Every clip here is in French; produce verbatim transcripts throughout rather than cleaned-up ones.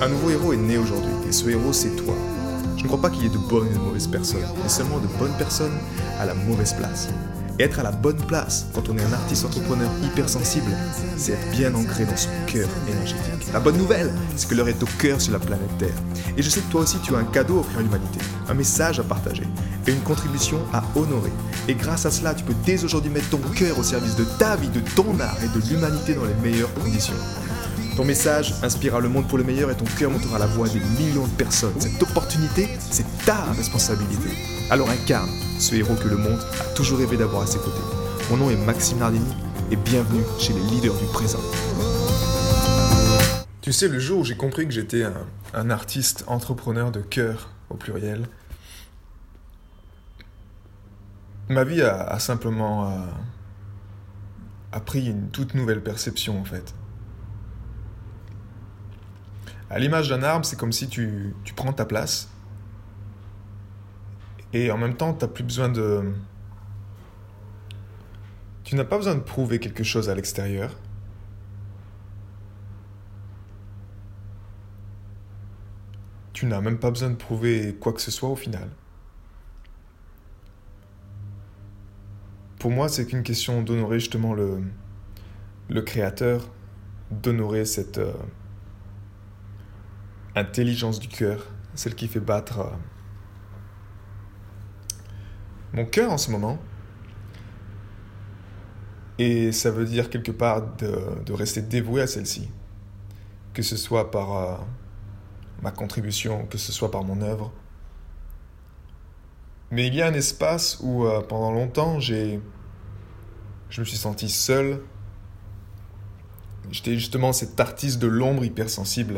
Un nouveau héros est né aujourd'hui, et ce héros, c'est toi. Je ne crois pas qu'il y ait de bonnes et de mauvaises personnes, mais seulement de bonnes personnes à la mauvaise place. Et être à la bonne place, quand on est un artiste entrepreneur hypersensible, c'est être bien ancré dans son cœur énergétique. La bonne nouvelle, c'est que l'heure est au cœur sur la planète Terre. Et je sais que toi aussi, tu as un cadeau à offrir à l'humanité, un message à partager, et une contribution à honorer. Et grâce à cela, tu peux dès aujourd'hui mettre ton cœur au service de ta vie, de ton art et de l'humanité dans les meilleures conditions. Ton message inspirera le monde pour le meilleur et ton cœur montera la voix des millions de personnes. Cette opportunité, c'est ta responsabilité. Alors incarne ce héros que le monde a toujours rêvé d'avoir à ses côtés. Mon nom est Maxime Nardini et bienvenue chez les leaders du présent. Tu sais, le jour où j'ai compris que j'étais un, un artiste entrepreneur de cœur au pluriel, ma vie a, a simplement a, a pris une toute nouvelle perception en fait. À l'image d'un arbre, c'est comme si tu, tu prends ta place et en même temps, tu n'as plus besoin de... Tu n'as pas besoin de prouver quelque chose à l'extérieur. Tu n'as même pas besoin de prouver quoi que ce soit au final. Pour moi, c'est qu'une question d'honorer justement le, le créateur, d'honorer cette... Euh, intelligence du cœur, celle qui fait battre euh, mon cœur en ce moment. Et ça veut dire quelque part de, de rester dévoué à celle-ci. Que ce soit par euh, ma contribution, que ce soit par mon œuvre. Mais il y a un espace où euh, pendant longtemps, j'ai, je me suis senti seul. J'étais justement cet artiste de l'ombre hypersensible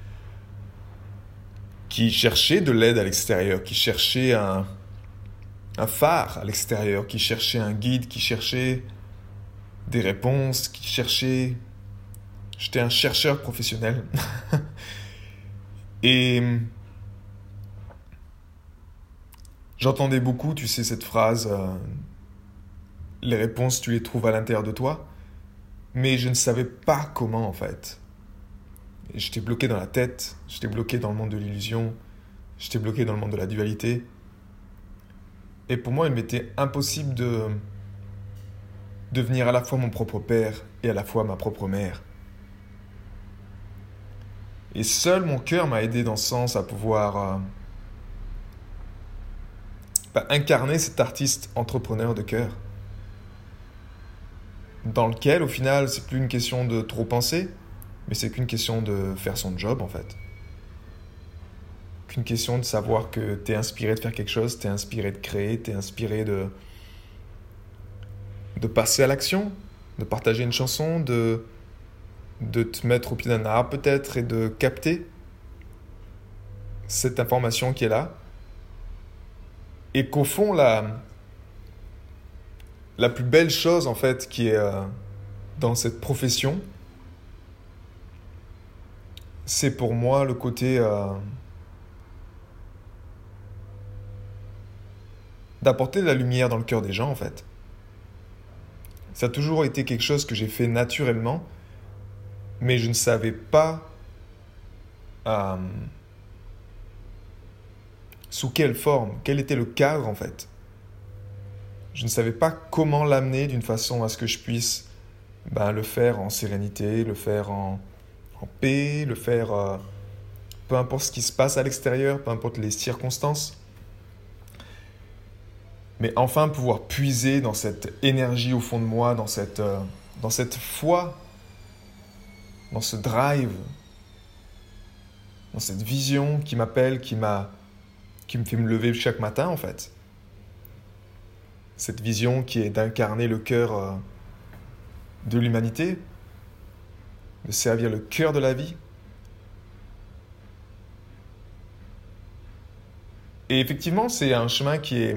qui cherchait de l'aide à l'extérieur, qui cherchait un, un phare à l'extérieur, qui cherchait un guide, qui cherchait des réponses, qui cherchait... J'étais un chercheur professionnel. Et j'entendais beaucoup, tu sais, cette phrase, euh, les réponses, tu les trouves à l'intérieur de toi, mais je ne savais pas comment en fait. Et j'étais bloqué dans la tête, j'étais bloqué dans le monde de l'illusion, j'étais bloqué dans le monde de la dualité. Et pour moi, il m'était impossible de devenir à la fois mon propre père et à la fois ma propre mère. Et seul mon cœur m'a aidé dans ce sens à pouvoir euh, bah, incarner cet artiste entrepreneur de cœur. Dans lequel, au final, c'est plus une question de trop penser, mais c'est qu'une question de faire son job, en fait. Qu'une question de savoir que t'es inspiré de faire quelque chose, t'es inspiré de créer, t'es inspiré de... de passer à l'action, de partager une chanson, de... de te mettre au pied d'un arbre, peut-être, et de capter cette information qui est là. Et qu'au fond, la... la plus belle chose, en fait, qui est euh, dans cette profession, c'est pour moi le côté euh, d'apporter de la lumière dans le cœur des gens, en fait. Ça a toujours été quelque chose que j'ai fait naturellement, mais je ne savais pas euh, sous quelle forme, quel était le cadre, en fait. Je ne savais pas comment l'amener d'une façon à ce que je puisse ben, le faire en sérénité, le faire en... en paix, le faire euh, peu importe ce qui se passe à l'extérieur, peu importe les circonstances. Mais enfin pouvoir puiser dans cette énergie au fond de moi, dans cette, euh, dans cette foi, dans ce drive, dans cette vision qui m'appelle, qui, m'a, qui me fait me lever chaque matin en fait. Cette vision qui est d'incarner le cœur euh, de l'humanité, de servir le cœur de la vie. Et effectivement, c'est un chemin qui est...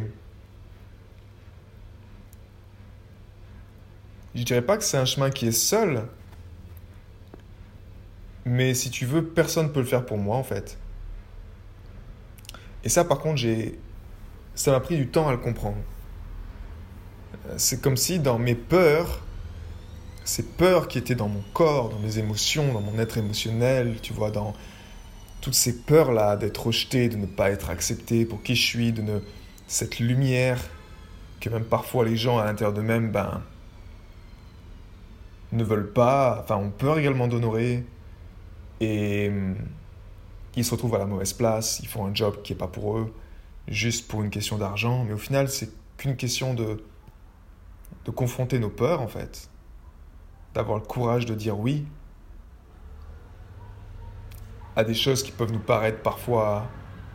Je dirais pas que c'est un chemin qui est seul, mais si tu veux, personne ne peut le faire pour moi, en fait. Et ça, par contre, j'ai... ça m'a pris du temps à le comprendre. C'est comme si dans mes peurs, ces peurs qui étaient dans mon corps, dans mes émotions, dans mon être émotionnel, tu vois, dans, toutes ces peurs-là d'être rejeté, de ne pas être accepté pour qui je suis, de ne... cette lumière que même parfois les gens à l'intérieur d'eux-mêmes ben, ne veulent pas, enfin ont peur également d'honorer, et ils se retrouvent à la mauvaise place, ils font un job qui n'est pas pour eux, juste pour une question d'argent, mais au final c'est qu'une question de, de confronter nos peurs en fait, d'avoir le courage de dire oui à des choses qui peuvent nous paraître parfois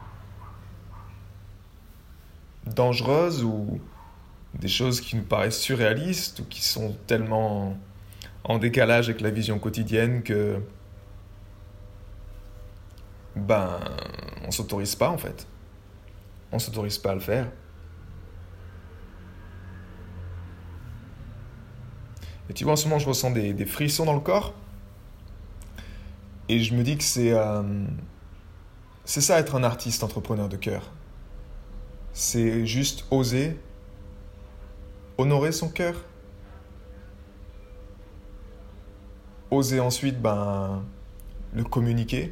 dangereuses ou des choses qui nous paraissent surréalistes ou qui sont tellement en décalage avec la vision quotidienne que ben on s'autorise pas en fait. On s'autorise pas à le faire. Et tu vois, en ce moment je ressens des, des frissons dans le corps. Et je me dis que c'est, euh, c'est ça être un artiste entrepreneur de cœur. C'est juste oser, honorer son cœur. Oser ensuite ben, le communiquer.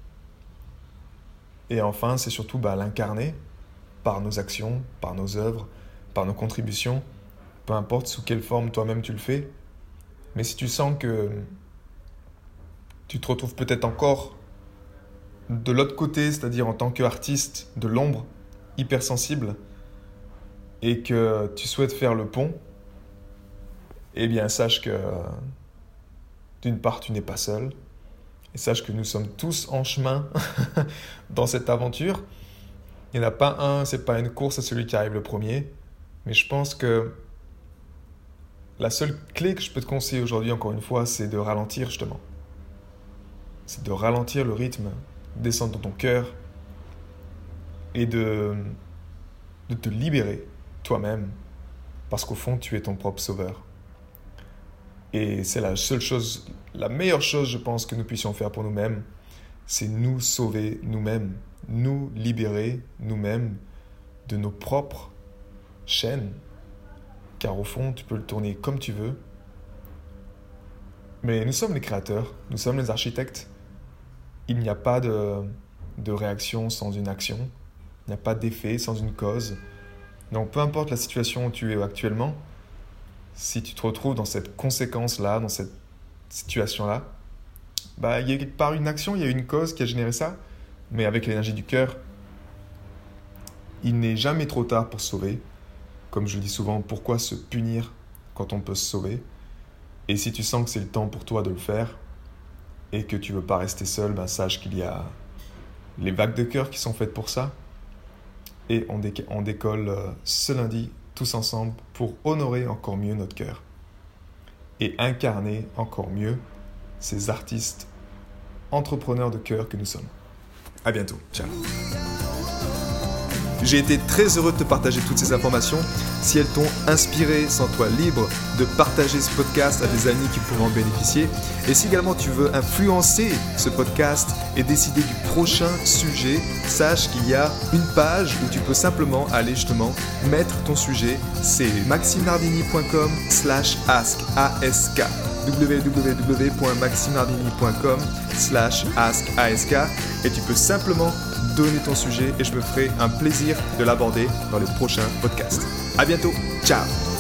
Et enfin, c'est surtout ben, l'incarner par nos actions, par nos œuvres, par nos contributions. Peu importe sous quelle forme toi-même tu le fais. Mais si tu sens que tu te retrouves peut-être encore de l'autre côté, c'est-à-dire en tant qu'artiste de l'ombre, hypersensible, et que tu souhaites faire le pont, eh bien sache que d'une part tu n'es pas seul, et sache que nous sommes tous en chemin dans cette aventure. Il n'y en a pas un, c'est pas une course à celui qui arrive le premier, mais je pense que la seule clé que je peux te conseiller aujourd'hui, encore une fois, c'est de ralentir justement. C'est de ralentir le rythme, descendre dans ton cœur et de, de te libérer toi-même parce qu'au fond, tu es ton propre sauveur. Et c'est la seule chose, la meilleure chose, je pense, que nous puissions faire pour nous-mêmes, c'est nous sauver nous-mêmes, nous libérer nous-mêmes de nos propres chaînes. Car au fond, tu peux le tourner comme tu veux. Mais nous sommes les créateurs, nous sommes les architectes. Il n'y a pas de, de réaction sans une action. Il n'y a pas d'effet sans une cause. Donc peu importe la situation où tu es actuellement, si tu te retrouves dans cette conséquence-là, dans cette situation-là, bah, il y a quelque part une action, il y a une cause qui a généré ça. Mais avec l'énergie du cœur, il n'est jamais trop tard pour se sauver. Comme je le dis souvent, pourquoi se punir quand on peut se sauver ? Et si tu sens que c'est le temps pour toi de le faire et que tu ne veux pas rester seul, ben sache qu'il y a les vagues de cœur qui sont faites pour ça. Et on, dé- on décolle euh, ce lundi, tous ensemble, pour honorer encore mieux notre cœur et incarner encore mieux ces artistes entrepreneurs de cœur que nous sommes. À bientôt. Ciao. J'ai été très heureux de te partager toutes ces informations. Si elles t'ont inspiré, sens-toi libre de partager ce podcast à des amis qui pourront en bénéficier. Et si également tu veux influencer ce podcast et décider du prochain sujet, sache qu'il y a une page où tu peux simplement aller justement mettre ton sujet. C'est maximenardini.com slash ask, A-S-K. w w w point maximenardini.com slash ask, A-S-K. Et tu peux simplement donner ton sujet et je me ferai un plaisir de l'aborder dans les prochains podcasts. À bientôt, ciao!